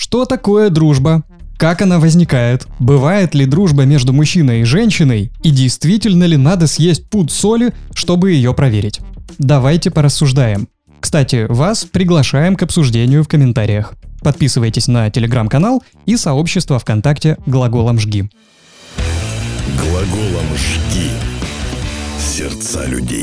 Что такое дружба? Как она возникает? Бывает ли дружба между мужчиной и женщиной? И действительно ли надо съесть пуд соли, чтобы ее проверить? Давайте порассуждаем. Кстати, вас приглашаем к обсуждению в комментариях. Подписывайтесь на телеграм-канал и сообщество ВКонтакте «Глаголом жги». Глаголом жги сердца людей.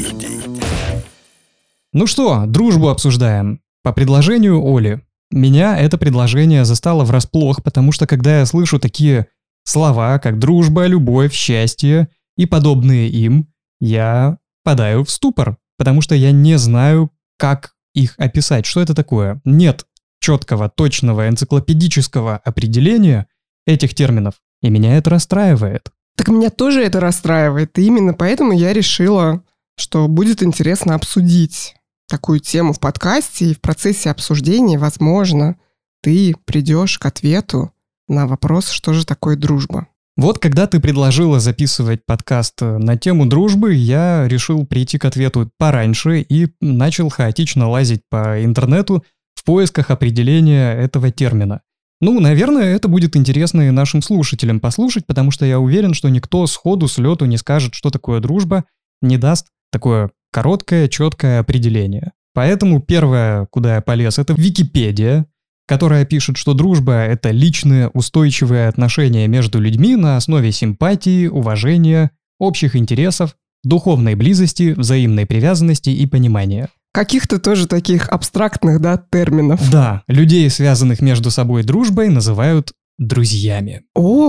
Ну что, дружбу обсуждаем. По предложению Оли. Меня это предложение застало врасплох, потому что когда я слышу такие слова, как дружба, любовь, счастье и подобные им, я впадаю в ступор, потому что я не знаю, как их описать, что это такое. Нет четкого, точного, энциклопедического определения этих терминов, и меня это расстраивает. Так меня тоже это расстраивает, и именно поэтому я решила, что будет интересно обсудить такую тему в подкасте, и в процессе обсуждения, возможно, ты придешь к ответу на вопрос, что же такое дружба. Вот когда ты предложила записывать подкаст на тему дружбы, я решил прийти к ответу пораньше и начал хаотично лазить по интернету в поисках определения этого термина. Ну, наверное, это будет интересно и нашим слушателям послушать, потому что я уверен, что никто сходу с лету не скажет, что такое дружба, не даст такое короткое, четкое определение. Поэтому первое, куда я полез, это Википедия, которая пишет, что дружба — это личные устойчивые отношения между людьми на основе симпатии, уважения, общих интересов, духовной близости, взаимной привязанности и понимания. Каких-то тоже таких абстрактных, терминов. Да, людей, связанных между собой дружбой, называют друзьями.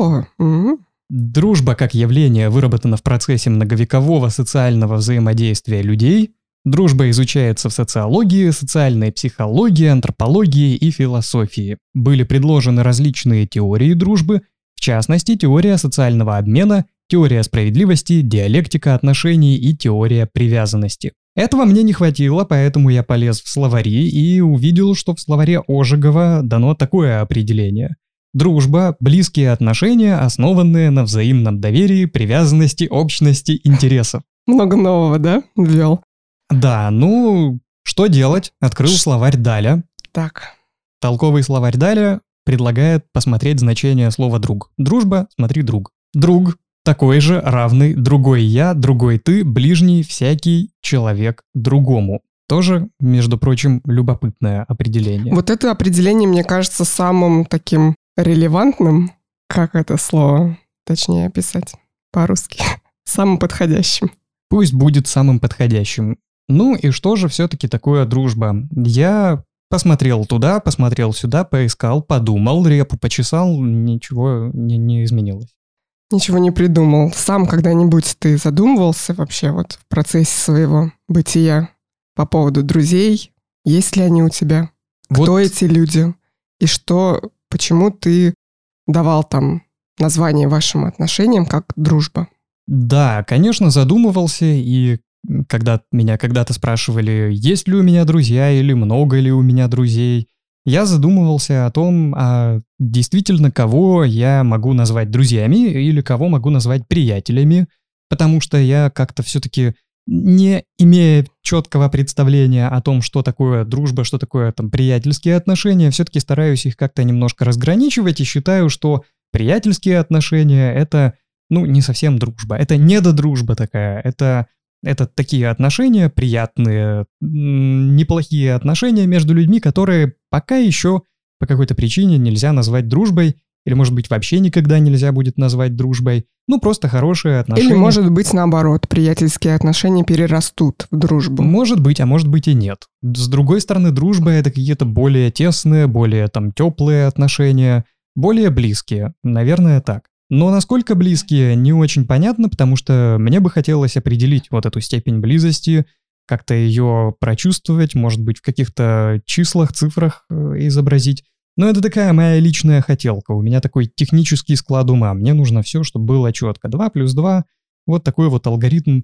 Дружба как явление выработана в процессе многовекового социального взаимодействия людей. Дружба изучается в социологии, социальной психологии, антропологии и философии. Были предложены различные теории дружбы, в частности, теория социального обмена, теория справедливости, диалектика отношений и теория привязанности. Этого мне не хватило, поэтому я полез в словари и увидел, что в словаре Ожегова дано такое определение. Дружба – близкие отношения, основанные на взаимном доверии, привязанности, общности, интересов. Много нового, да, ввел? Да, что делать? Открыл словарь Даля. Так. Толковый словарь Даля предлагает посмотреть значение слова «друг». Дружба – смотри «друг». Друг – такой же, равный, другой я, другой ты, ближний, всякий человек другому. Тоже, между прочим, любопытное определение. Вот это определение, мне кажется, самым таким релевантным, как это слово, точнее описать по-русски, самым подходящим. Пусть будет самым подходящим. Ну и что же все-таки такое дружба? Я посмотрел туда, посмотрел сюда, поискал, подумал, репу почесал, ничего не изменилось. Ничего не придумал. Сам когда-нибудь ты задумывался вообще в процессе своего бытия по поводу друзей? Есть ли они у тебя? Кто эти люди? И почему ты давал там название вашим отношениям как дружба? Да, конечно, задумывался, и когда меня когда-то спрашивали, есть ли у меня друзья или много ли у меня друзей, я задумывался о том, действительно, кого я могу назвать друзьями или кого могу назвать приятелями, потому что я как-то все-таки, не имея четкого представления о том, что такое дружба, что такое приятельские отношения, все-таки стараюсь их как-то немножко разграничивать и считаю, что приятельские отношения — это, не совсем дружба, это недодружба такая, это такие отношения приятные, неплохие отношения между людьми, которые пока еще по какой-то причине нельзя назвать дружбой, или, может быть, вообще никогда нельзя будет назвать дружбой. Просто хорошие отношения. Или, может быть, наоборот, приятельские отношения перерастут в дружбу. Может быть, а может быть и нет. С другой стороны, дружба — это какие-то более тесные, более теплые отношения, более близкие. Наверное, так. Но насколько близкие, не очень понятно, потому что мне бы хотелось определить эту степень близости, как-то ее прочувствовать, может быть, в каких-то числах, цифрах изобразить. Но это такая моя личная хотелка, у меня такой технический склад ума, мне нужно все, чтобы было четко. 2 + 2, такой алгоритм,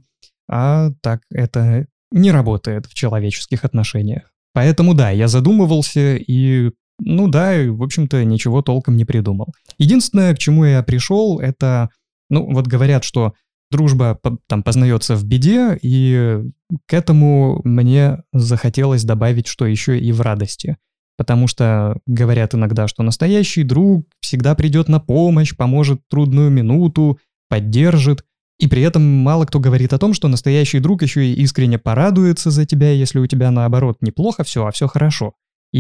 а так это не работает в человеческих отношениях. Поэтому да, я задумывался и... в общем-то, ничего толком не придумал. Единственное, к чему я пришел, это, говорят, что дружба познается в беде, и к этому мне захотелось добавить, что еще и в радости. потому что говорят иногда, что настоящий друг всегда придет на помощь, поможет в трудную минуту, поддержит. И при этом мало кто говорит о том, что настоящий друг еще и искренне порадуется за тебя, если у тебя наоборот неплохо все, а все хорошо.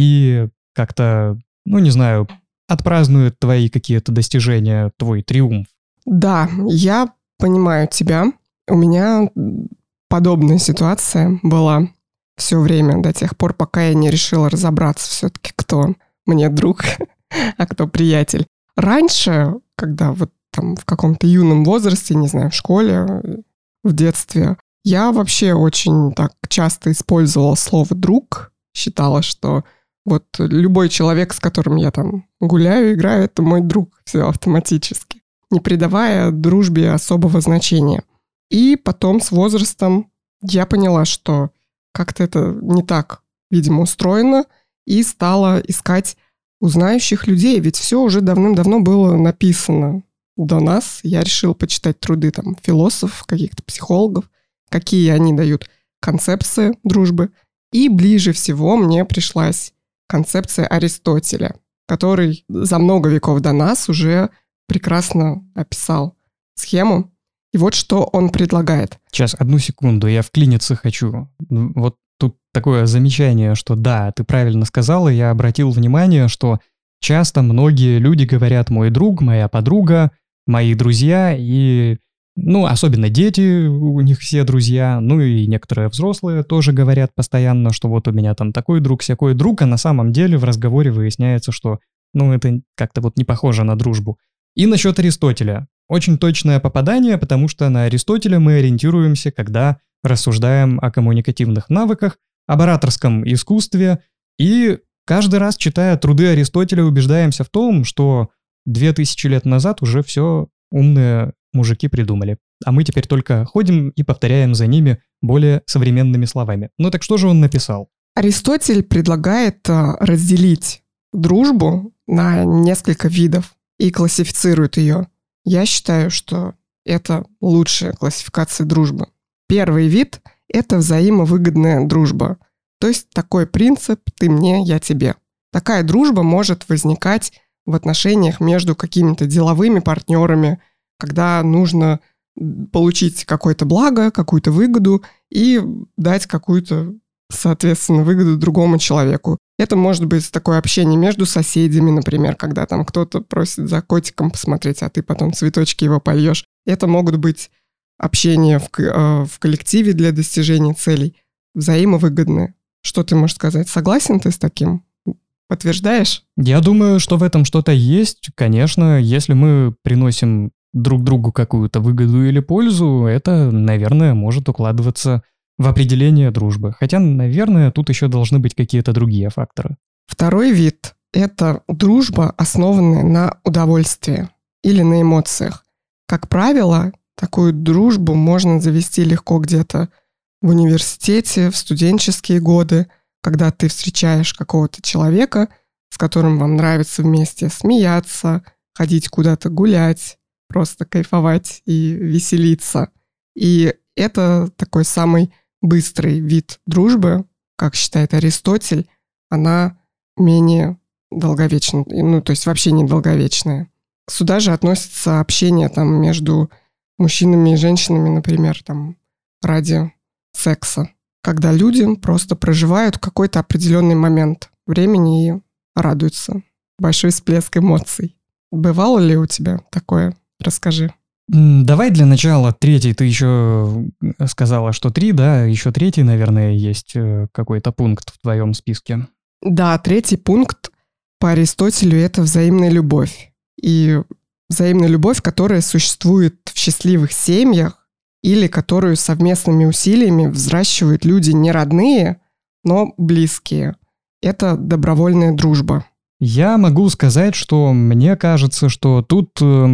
И как-то, не знаю, отпразднует твои какие-то достижения, твой триумф. Да, я понимаю тебя. У меня подобная ситуация была все время до тех пор, пока я не решила разобраться все-таки, кто мне друг, а кто приятель. Раньше, когда вот там в каком-то юном возрасте, не знаю, в школе, в детстве, я вообще очень так часто использовала слово «друг». Считала, что вот любой человек, с которым я там гуляю, играю, это мой друг, все автоматически, не придавая дружбе особого значения. И потом с возрастом я поняла, что как-то это не так, видимо, устроено, и стала искать узнающих людей, ведь все уже давным-давно было написано до нас. Я решила почитать труды там философов, каких-то психологов, какие они дают концепции дружбы. И ближе всего мне пришлась концепция Аристотеля, который за много веков до нас уже прекрасно описал схему. И вот что он предлагает. Сейчас, одну секунду, я вклиниться хочу. Вот тут такое замечание, что да, ты правильно сказала, я обратил внимание, что часто многие люди говорят «мой друг», «моя подруга», «мои друзья», и, особенно дети, у них все друзья, и некоторые взрослые тоже говорят постоянно, что вот у меня там такой друг, сякой друг, а на самом деле в разговоре выясняется, что, это как-то вот не похоже на дружбу. И насчет Аристотеля. Очень точное попадание, потому что на Аристотеля мы ориентируемся, когда рассуждаем о коммуникативных навыках, об ораторском искусстве, и каждый раз, читая труды Аристотеля, убеждаемся в том, что 2000 лет назад уже все умные мужики придумали, а мы теперь только ходим и повторяем за ними более современными словами. Так что же он написал? Аристотель предлагает разделить дружбу на несколько видов и классифицирует ее. Я считаю, что это лучшая классификация дружбы. Первый вид – это взаимовыгодная дружба. То есть такой принцип «ты мне, я тебе». Такая дружба может возникать в отношениях между какими-то деловыми партнерами, когда нужно получить какое-то благо, какую-то выгоду и дать какую-то, соответственно, выгоду другому человеку. Это может быть такое общение между соседями, например, когда там кто-то просит за котиком посмотреть, а ты потом цветочки его польешь. Это могут быть общения в коллективе для достижения целей, взаимовыгодные. Что ты можешь сказать? Согласен ты с таким? Подтверждаешь? Я думаю, что в этом что-то есть. Конечно, если мы приносим друг другу какую-то выгоду или пользу, это, наверное, может укладываться в определение дружбы. Хотя, наверное, тут еще должны быть какие-то другие факторы. Второй вид – это дружба, основанная на удовольствии или на эмоциях. Как правило, такую дружбу можно завести легко где-то в университете, в студенческие годы, когда ты встречаешь какого-то человека, с которым вам нравится вместе смеяться, ходить куда-то гулять, просто кайфовать и веселиться. И это такой самый быстрый вид дружбы, как считает Аристотель, она менее долговечная, то есть вообще не долговечная. Сюда же относится общение там между мужчинами и женщинами, например, там ради секса, когда люди просто проживают какой-то определенный момент времени и радуются. Большой всплеск эмоций. Бывало ли у тебя такое? Расскажи. Давай для начала третий. Ты еще сказала, что 3, да? Еще третий, наверное, есть какой-то пункт в твоем списке. Да, третий пункт по Аристотелю – это взаимная любовь. И взаимная любовь, которая существует в счастливых семьях или которую совместными усилиями взращивают люди не родные, но близкие. Это добровольная дружба. Я могу сказать, что мне кажется, что тут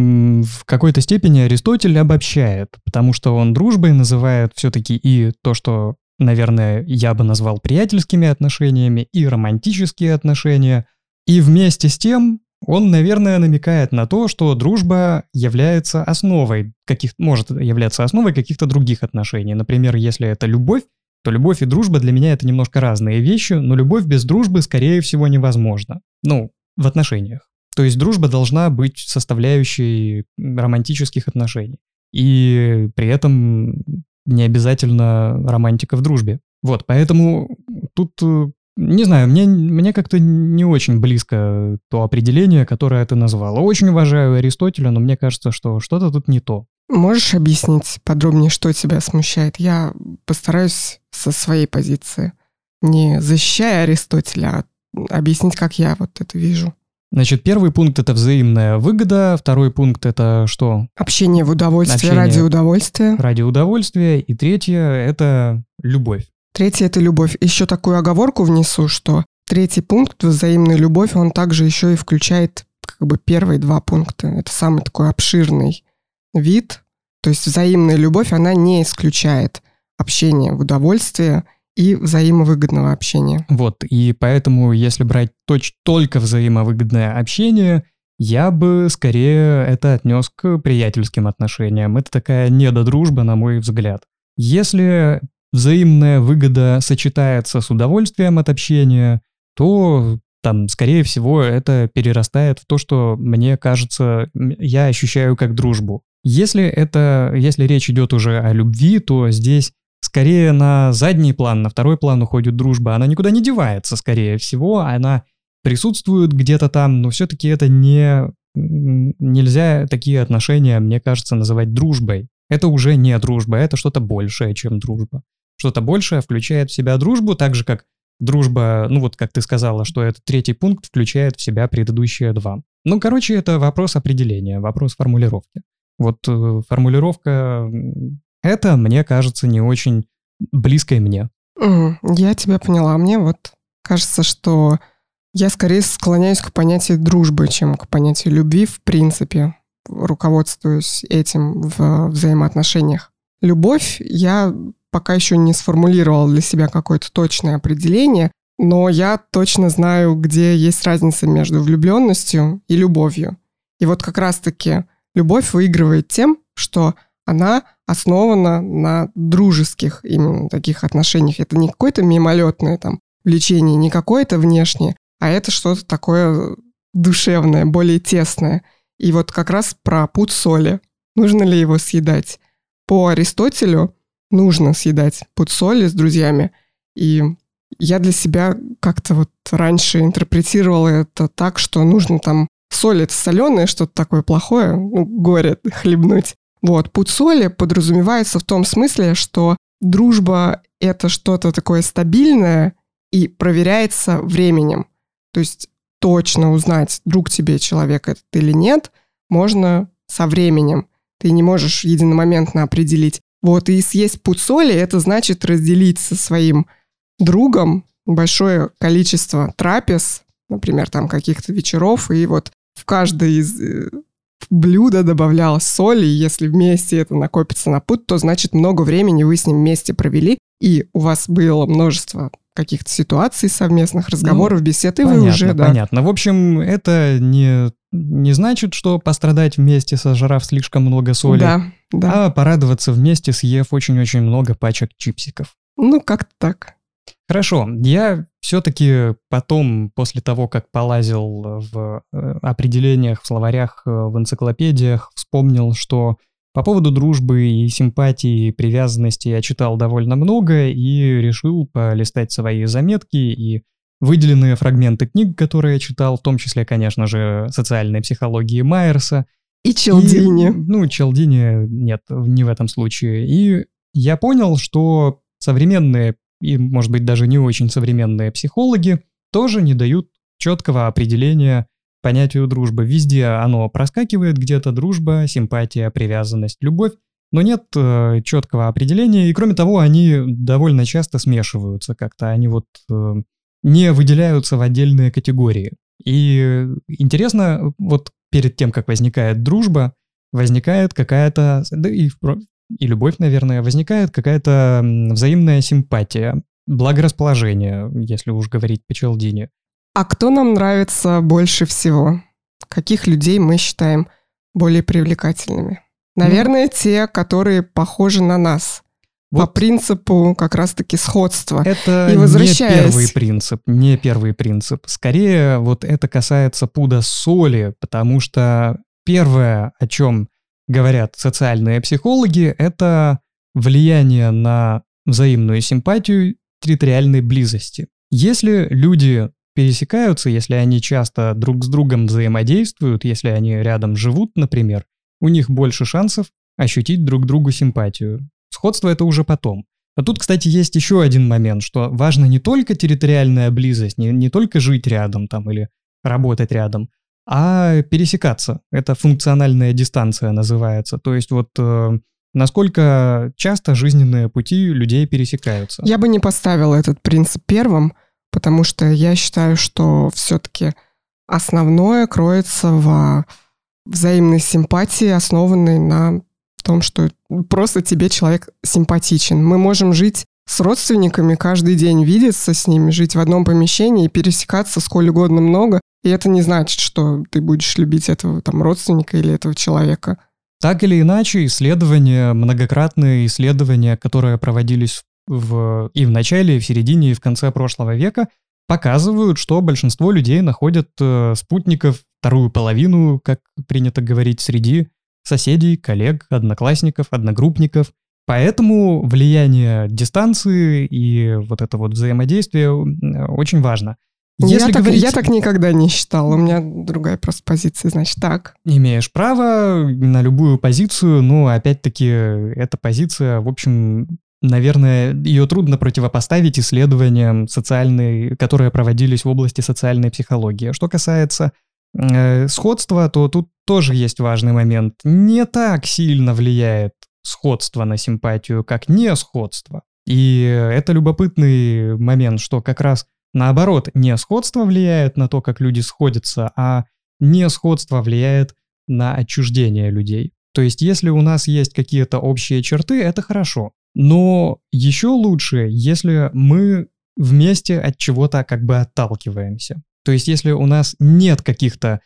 в какой-то степени Аристотель обобщает, потому что он дружбой называет все-таки и то, что, наверное, я бы назвал приятельскими отношениями, и романтические отношения. И вместе с тем он, наверное, намекает на то, что дружба является основой может являться основой каких-то других отношений. Например, если это любовь, то любовь и дружба для меня это немножко разные вещи, но любовь без дружбы, скорее всего, невозможна. Ну, в отношениях. То есть дружба должна быть составляющей романтических отношений. И при этом не обязательно романтика в дружбе. Вот, поэтому тут, не знаю, мне как-то не очень близко то определение, которое ты назвала. Очень уважаю Аристотеля, но мне кажется, что что-то тут не то. Можешь объяснить подробнее, что тебя смущает? Я постараюсь со своей позиции, не защищая Аристотеля, а объяснить, как я вот это вижу. Значит, первый пункт — это взаимная выгода, второй пункт — это что? Общение в удовольствие, ради удовольствия. Ради удовольствия, и третье — это любовь. Третье — это любовь. Еще такую оговорку внесу, что третий пункт, взаимная любовь, он также еще и включает как бы первые два пункта. Это самый такой обширный вид. То есть взаимная любовь, она не исключает общение в удовольствие и взаимовыгодного общения. Вот, и поэтому, если брать только взаимовыгодное общение, я бы скорее это отнес к приятельским отношениям. Это такая недодружба, на мой взгляд. Если взаимная выгода сочетается с удовольствием от общения, то там, скорее всего, это перерастает в то, что, мне кажется, я ощущаю как дружбу. Если речь идет уже о любви, то здесь скорее на задний план, на второй план уходит дружба. Она никуда не девается, скорее всего. Она присутствует где-то там, но все-таки это нельзя такие отношения, мне кажется, называть дружбой. Это уже не дружба, это что-то большее, чем дружба. Что-то большее включает в себя дружбу, так же, как дружба, ну вот как ты сказала, что этот третий пункт включает в себя предыдущие два. Ну, короче, это вопрос определения, вопрос формулировки. Вот формулировка это, мне кажется, не очень близкой мне. Я тебя поняла. Мне вот кажется, что я скорее склоняюсь к понятию дружбы, чем к понятию любви, в принципе, руководствуюсь этим в взаимоотношениях. Любовь я пока еще не сформулировала для себя какое-то точное определение, но я точно знаю, где есть разница между влюбленностью и любовью. И вот как раз-таки любовь выигрывает тем, что она основана на дружеских именно таких отношениях. Это не какое-то мимолетное там влечение, не какое-то внешнее, а это что-то такое душевное, более тесное. И вот как раз про пуд соли. Нужно ли его съедать? По Аристотелю нужно съедать пуд соли с друзьями. И я для себя как-то вот раньше интерпретировала это так, что нужно там соль — это соленое, что-то такое плохое, горе хлебнуть. Вот, пуд соли подразумевается в том смысле, что дружба — это что-то такое стабильное и проверяется временем. То есть точно узнать, друг тебе человек этот или нет, можно со временем. Ты не можешь единомоментно определить. Вот, и съесть пуд соли — это значит разделить со своим другом большое количество трапез, например, там каких-то вечеров, и вот в каждое из блюда добавлялась соль, и если вместе это накопится на пуд, то значит много времени вы с ним вместе провели, и у вас было множество каких-то ситуаций, совместных разговоров, бесед, и понятно, вы уже... Понятно. В общем, это не значит, что пострадать вместе, сожрав слишком много соли, да. а порадоваться вместе, съев очень-очень много пачек чипсиков. Ну, как-то так. Хорошо, я все-таки потом, после того, как полазил в определениях, в словарях, в энциклопедиях, вспомнил, что по поводу дружбы и симпатии, и привязанности я читал довольно много и решил полистать свои заметки и выделенные фрагменты книг, которые я читал, в том числе, конечно же, социальной психологии Майерса. И Чалдини. Чалдини нет, не в этом случае. И я понял, что современные и, может быть, даже не очень современные психологи тоже не дают четкого определения понятию дружбы. Везде оно проскакивает, где-то дружба, симпатия, привязанность, любовь, но нет четкого определения, и кроме того, они довольно часто смешиваются как-то, они вот не выделяются в отдельные категории. И интересно, вот перед тем, как возникает дружба, возникает какая-то, да и любовь, наверное, возникает какая-то взаимная симпатия, благорасположение, если уж говорить по Чалдини. А кто нам нравится больше всего? Каких людей мы считаем более привлекательными? Наверное, те, которые похожи на нас. по принципу как раз-таки сходства. Это и не первый принцип. Скорее, вот это касается пуда соли, потому что первое, о чем говорят социальные психологи, это влияние на взаимную симпатию территориальной близости. Если люди пересекаются, если они часто друг с другом взаимодействуют, если они рядом живут, например, у них больше шансов ощутить друг другу симпатию. Сходство — это уже потом. А тут, кстати, есть еще один момент, что важно не только территориальная близость, не только жить рядом там или работать рядом, а пересекаться. Это функциональная дистанция называется. То есть вот насколько часто жизненные пути людей пересекаются. Я бы не поставила этот принцип первым, потому что я считаю, что все-таки основное кроется в взаимной симпатии, основанной на том, что просто тебе человек симпатичен. Мы можем жить с родственниками, каждый день видеться с ними, жить в одном помещении и пересекаться сколь угодно много, и это не значит, что ты будешь любить этого там родственника или этого человека. Так или иначе, многократные исследования, которые проводились и в начале, и в середине, и в конце прошлого века, показывают, что большинство людей находят спутников, вторую половину, как принято говорить, среди соседей, коллег, одноклассников, одногруппников. Поэтому влияние дистанции и вот это вот взаимодействие очень важно. Я так никогда не считал, у меня другая просто позиция, значит, так. Имеешь право на любую позицию, но опять-таки эта позиция, в общем, наверное, ее трудно противопоставить исследованиям которые проводились в области социальной психологии. Что касается сходства, то тут тоже есть важный момент. Не так сильно влияет сходство на симпатию, как несходство. И это любопытный момент, что как раз наоборот, не сходство влияет на то, как люди сходятся, а несходство влияет на отчуждение людей. То есть, если у нас есть какие-то общие черты, это хорошо. Но еще лучше, если мы вместе от чего-то как бы отталкиваемся. То есть, если у нас нет каких-то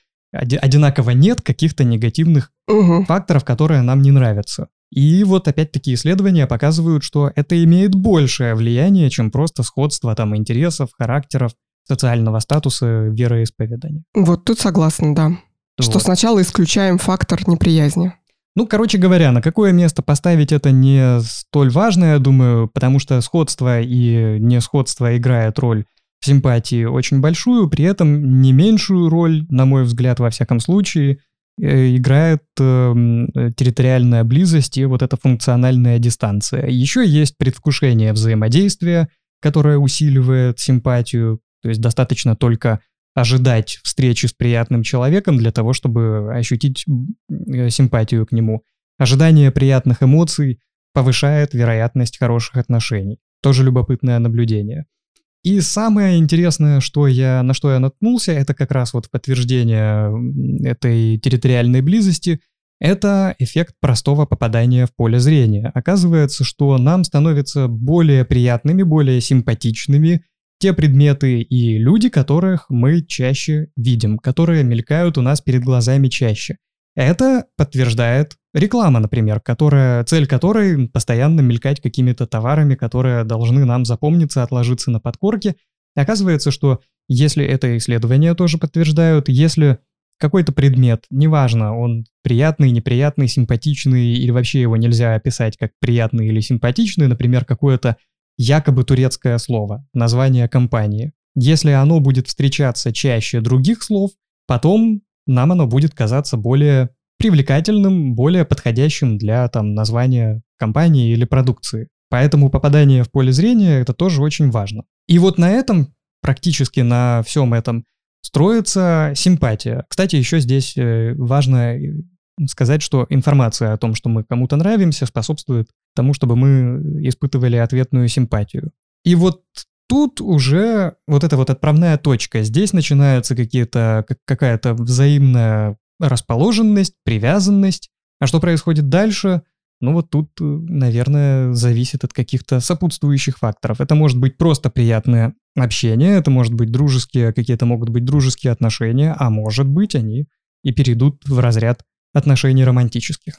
негативных факторов, которые нам не нравятся. И вот опять-таки исследования показывают, что это имеет большее влияние, чем просто сходство там интересов, характеров, социального статуса, вероисповедания. Вот тут согласна, да. Что сначала исключаем фактор неприязни. Короче говоря, на какое место поставить это не столь важно, я думаю, потому что сходство и несходство играет роль в симпатии очень большую, при этом не меньшую роль, на мой взгляд, во всяком случае, играет территориальная близость и вот эта функциональная дистанция. Еще есть предвкушение взаимодействия, которое усиливает симпатию, то есть достаточно только ожидать встречи с приятным человеком для того, чтобы ощутить симпатию к нему. Ожидание приятных эмоций повышает вероятность хороших отношений. Тоже любопытное наблюдение. И самое интересное, на что я наткнулся, это как раз вот подтверждение этой территориальной близости, это эффект простого попадания в поле зрения. Оказывается, что нам становятся более приятными, более симпатичными те предметы и люди, которых мы чаще видим, которые мелькают у нас перед глазами чаще. Это подтверждает реклама, например, цель которой постоянно мелькать какими-то товарами, которые должны нам запомниться, отложиться на подкорке. И оказывается, что если это исследования тоже подтверждают, если какой-то предмет, неважно, он приятный, неприятный, симпатичный, или вообще его нельзя описать как приятный или симпатичный, например, какое-то якобы турецкое слово, название компании. Если оно будет встречаться чаще других слов, потом нам оно будет казаться более привлекательным, более подходящим для названия компании или продукции. Поэтому попадание в поле зрения — это тоже очень важно. И вот на этом, практически на всем этом, строится симпатия. Кстати, еще здесь важно сказать, что информация о том, что мы кому-то нравимся, способствует тому, чтобы мы испытывали ответную симпатию. И вот тут уже вот эта вот отправная точка. Здесь начинается какая-то взаимная расположенность, привязанность. А что происходит дальше? Вот тут, наверное, зависит от каких-то сопутствующих факторов. Это может быть просто приятное общение, это может быть какие-то могут быть дружеские отношения, а может быть они и перейдут в разряд отношений романтических.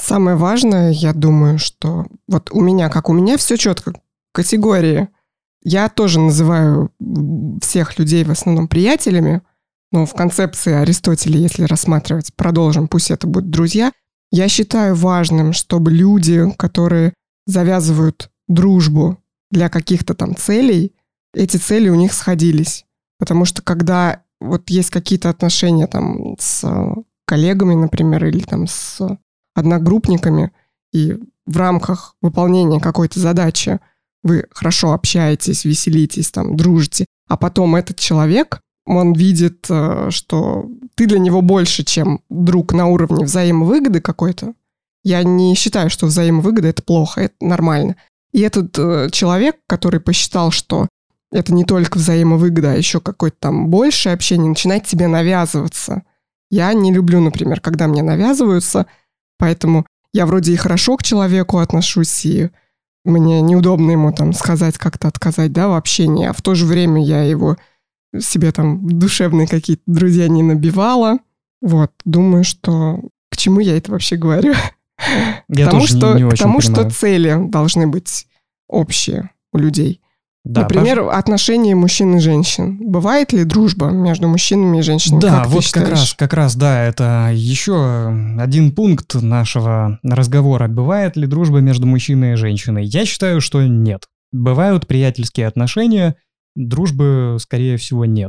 Самое важное, я думаю, что вот у меня все четко, категории. Я тоже называю всех людей в основном приятелями, но в концепции Аристотеля, если рассматривать, продолжим, пусть это будут друзья, я считаю важным, чтобы люди, которые завязывают дружбу для каких-то там целей, эти цели у них сходились. Потому что когда вот есть какие-то отношения там с коллегами, например, или там с одногруппниками, и в рамках выполнения какой-то задачи вы хорошо общаетесь, веселитесь, там, дружите, а потом этот человек, он видит, что ты для него больше, чем друг на уровне взаимовыгоды какой-то. Я не считаю, что взаимовыгода — это плохо, это нормально. И этот человек, который посчитал, что это не только взаимовыгода, а еще какое-то там большее общение, начинает тебе навязываться. Я не люблю, например, когда мне навязываются, поэтому я вроде и хорошо к человеку отношусь, и мне неудобно ему там сказать, как-то отказать, да, в общении, а в то же время я его себе там душевные какие-то друзья не набивала. Вот, думаю, что к чему я это вообще говорю? Я Потому тоже что, не очень потому что понимаю. цели должны быть общие у людей. Да, Например, отношения мужчин и женщин. Бывает ли дружба между мужчинами и женщинами? Да, как ты вот считаешь? как раз, да, это еще один пункт нашего разговора. Бывает ли дружба между мужчиной и женщиной? Я считаю, что нет. Бывают приятельские отношения, дружбы, скорее всего, нет.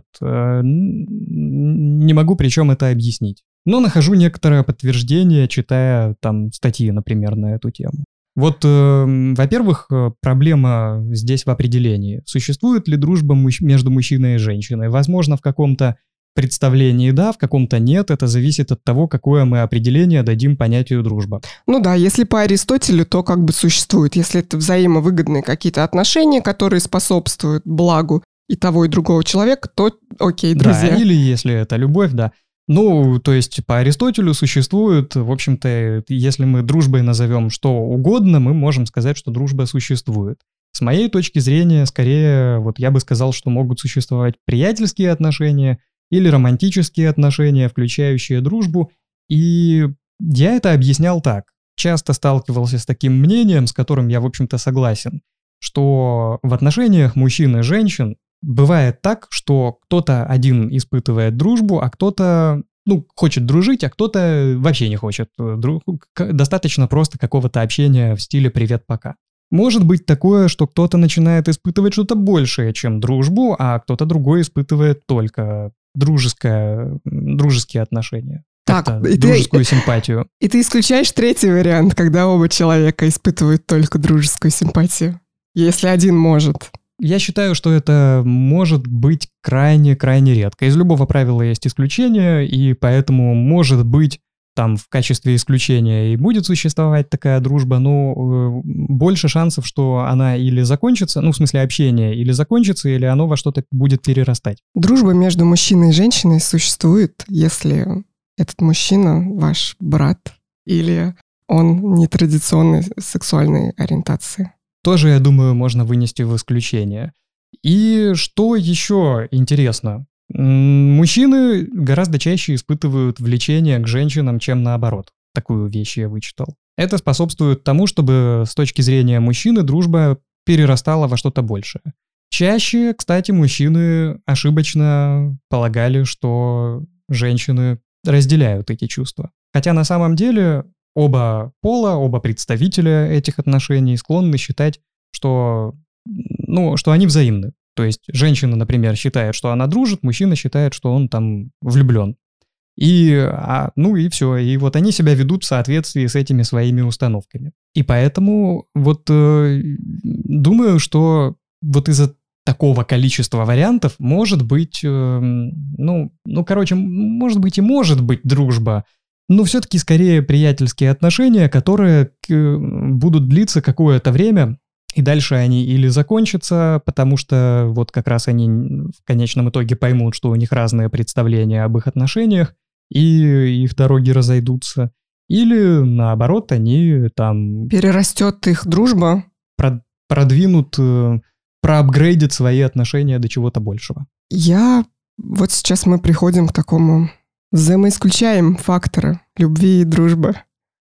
Не могу причем это объяснить. Но нахожу некоторое подтверждение, читая там статьи, например, на эту тему. Вот, во-первых, проблема здесь в определении. Существует ли дружба между мужчиной и женщиной? Возможно, в каком-то представлении да, в каком-то нет. Это зависит от того, какое мы определение дадим понятию дружба. Ну да, если по Аристотелю, то как бы существует. Если это взаимовыгодные какие-то отношения, которые способствуют благу и того, и другого человека, то окей, друзья. Да, или если это любовь, да. Ну, то есть по Аристотелю существует, в общем-то, если мы дружбой назовем что угодно, мы можем сказать, что дружба существует. С моей точки зрения, скорее, вот я бы сказал, что могут существовать приятельские отношения или романтические отношения, включающие дружбу. И я это объяснял так. Часто сталкивался с таким мнением, с которым я, в общем-то, согласен, что в отношениях мужчин и женщин бывает так, что кто-то один испытывает дружбу, а кто-то, хочет дружить, а кто-то вообще не хочет. Достаточно просто какого-то общения в стиле «привет, пока». Может быть такое, что кто-то начинает испытывать что-то большее, чем дружбу, а кто-то другой испытывает только дружеские отношения. Так, дружескую симпатию. И ты исключаешь третий вариант, когда оба человека испытывают только дружескую симпатию, если один может. Я считаю, что это может быть крайне-крайне редко. Из любого правила есть исключение, и поэтому, может быть, там в качестве исключения и будет существовать такая дружба, но больше шансов, что она или закончится, в смысле общение, или закончится, или оно во что-то будет перерастать. Дружба между мужчиной и женщиной существует, если этот мужчина ваш брат или он нетрадиционной сексуальной ориентации. Тоже, я думаю, можно вынести в исключение. И что еще интересно? Мужчины гораздо чаще испытывают влечение к женщинам, чем наоборот. Такую вещь я вычитал. Это способствует тому, чтобы с точки зрения мужчины дружба перерастала во что-то большее. Чаще, кстати, мужчины ошибочно полагали, что женщины разделяют эти чувства. Хотя на самом деле оба пола, оба представителя этих отношений склонны считать, что они взаимны. То есть женщина, например, считает, что она дружит, мужчина считает, что он там влюблен. И все. И вот они себя ведут в соответствии с этими своими установками. И поэтому думаю, что вот из-за такого количества вариантов может быть, может быть дружба, но все-таки скорее приятельские отношения, которые будут длиться какое-то время, и дальше они или закончатся, потому что вот как раз они в конечном итоге поймут, что у них разные представления об их отношениях, и их дороги разойдутся, или наоборот, они там... Перерастет их дружба. Продвинут, проапгрейдят свои отношения до чего-то большего. Вот сейчас мы приходим к такому... Взаимоисключаем факторы любви и дружбы.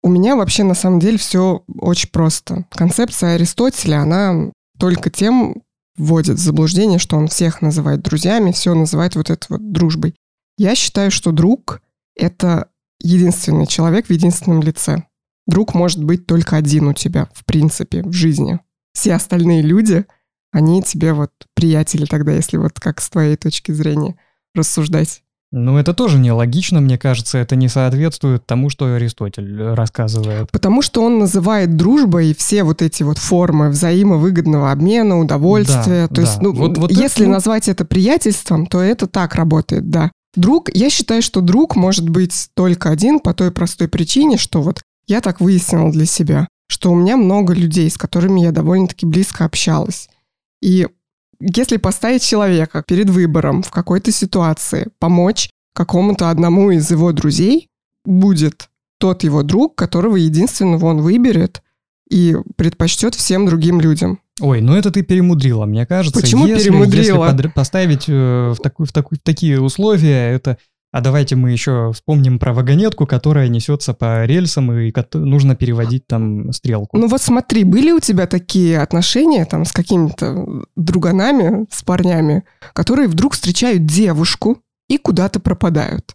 У меня вообще на самом деле все очень просто. Концепция Аристотеля, она только тем вводит в заблуждение, что он всех называет друзьями, все называет вот это вот дружбой. Я считаю, что друг — это единственный человек в единственном лице. Друг может быть только один у тебя, в принципе, в жизни. Все остальные люди, они тебе вот приятели тогда, если вот как с твоей точки зрения рассуждать. Ну, это тоже нелогично, мне кажется, это не соответствует тому, что Аристотель рассказывает. Потому что он называет дружбой все вот эти вот формы взаимовыгодного обмена, удовольствия. Да, То есть, да. Вот если это, назвать это приятельством, то это так работает, да. Друг, я считаю, что друг может быть только один по той простой причине, что вот я так выяснила для себя, что у меня много людей, с которыми я довольно-таки близко общалась. И если поставить человека перед выбором в какой-то ситуации, помочь какому-то одному из его друзей, будет тот его друг, которого единственного он выберет и предпочтет всем другим людям. Ой, ну это ты перемудрила, мне кажется. Почему перемудрила? Если поставить в такие условия, это... А давайте мы еще вспомним про вагонетку, которая несется по рельсам, и нужно переводить там стрелку. Ну вот смотри, были у тебя такие отношения там с какими-то друганами, с парнями, которые вдруг встречают девушку и куда-то пропадают?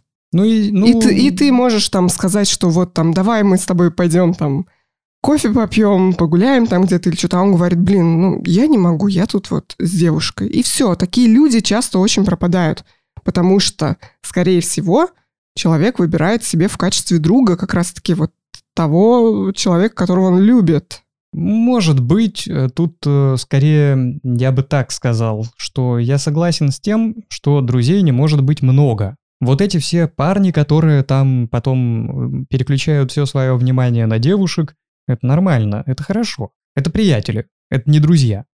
И ты можешь там сказать, что вот там давай мы с тобой пойдем там кофе попьем, погуляем там где-то или что-то. А он говорит, я не могу, я тут вот с девушкой. И все, такие люди часто очень пропадают. Потому что, скорее всего, человек выбирает себе в качестве друга как раз-таки вот того человека, которого он любит. Может быть, тут скорее я бы так сказал, что я согласен с тем, что друзей не может быть много. Вот эти все парни, которые там потом переключают все свое внимание на девушек, это нормально, это хорошо. Это приятели, это не друзья.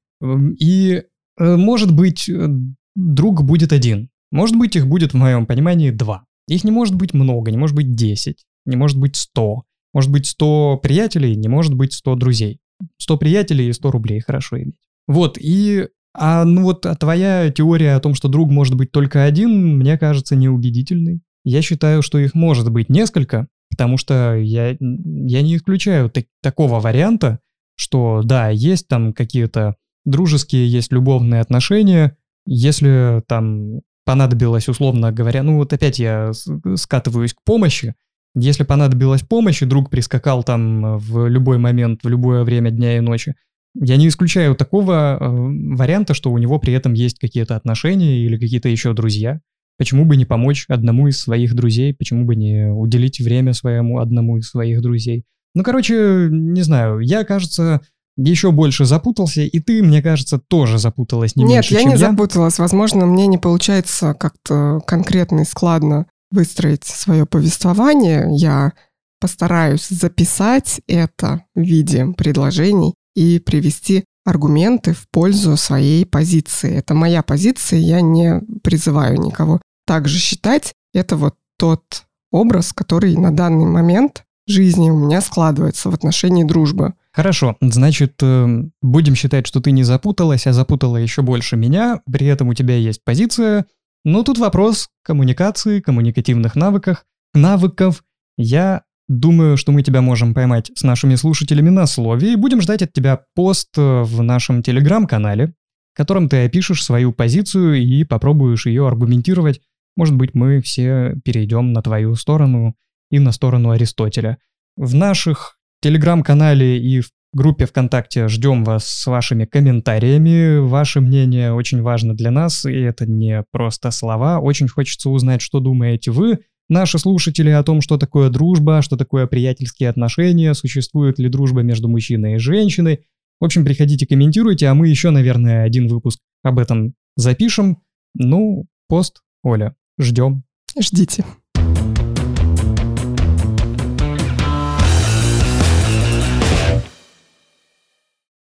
И, может быть, друг будет один. Может быть, их будет, в моем понимании, 2. Их не может быть много, не может быть 10, не может быть 100. Может быть 100 приятелей, не может быть 100 друзей. 100 приятелей и 100 рублей хорошо иметь. Вот, а твоя теория о том, что друг может быть только один, мне кажется неубедительной. Я считаю, что их может быть несколько, потому что я не исключаю такого варианта, что да, есть там какие-то дружеские, есть любовные отношения, если там понадобилось, условно говоря, опять я скатываюсь к помощи, если понадобилась помощь, и друг прискакал там в любой момент, в любое время дня и ночи, я не исключаю такого варианта, что у него при этом есть какие-то отношения или какие-то еще друзья. Почему бы не помочь одному из своих друзей, почему бы не уделить время своему одному из своих друзей. Не знаю, я, кажется, еще больше запутался, и ты, мне кажется, тоже запуталась не меньше, чем я. Нет, я не запуталась. Возможно, мне не получается как-то конкретно и складно выстроить свое повествование. Я постараюсь записать это в виде предложений и привести аргументы в пользу своей позиции. Это моя позиция, я не призываю никого так же считать. Это вот тот образ, который на данный момент жизни у меня складывается в отношении дружбы. Хорошо, значит, будем считать, что ты не запуталась, а запутала еще больше меня, при этом у тебя есть позиция. Но тут вопрос коммуникации, коммуникативных навыков. Я думаю, что мы тебя можем поймать с нашими слушателями на слове, и будем ждать от тебя пост в нашем телеграм-канале, в котором ты опишешь свою позицию и попробуешь ее аргументировать. Может быть, мы все перейдем на твою сторону и на сторону Аристотеля. В наших телеграм-канале и в группе ВКонтакте ждем вас с вашими комментариями. Ваше мнение очень важно для нас, и это не просто слова. Очень хочется узнать, что думаете вы, наши слушатели, о том, что такое дружба, что такое приятельские отношения, существует ли дружба между мужчиной и женщиной. В общем, приходите, комментируйте, а мы еще, наверное, один выпуск об этом запишем. Пост, Оля, ждем. Ждите.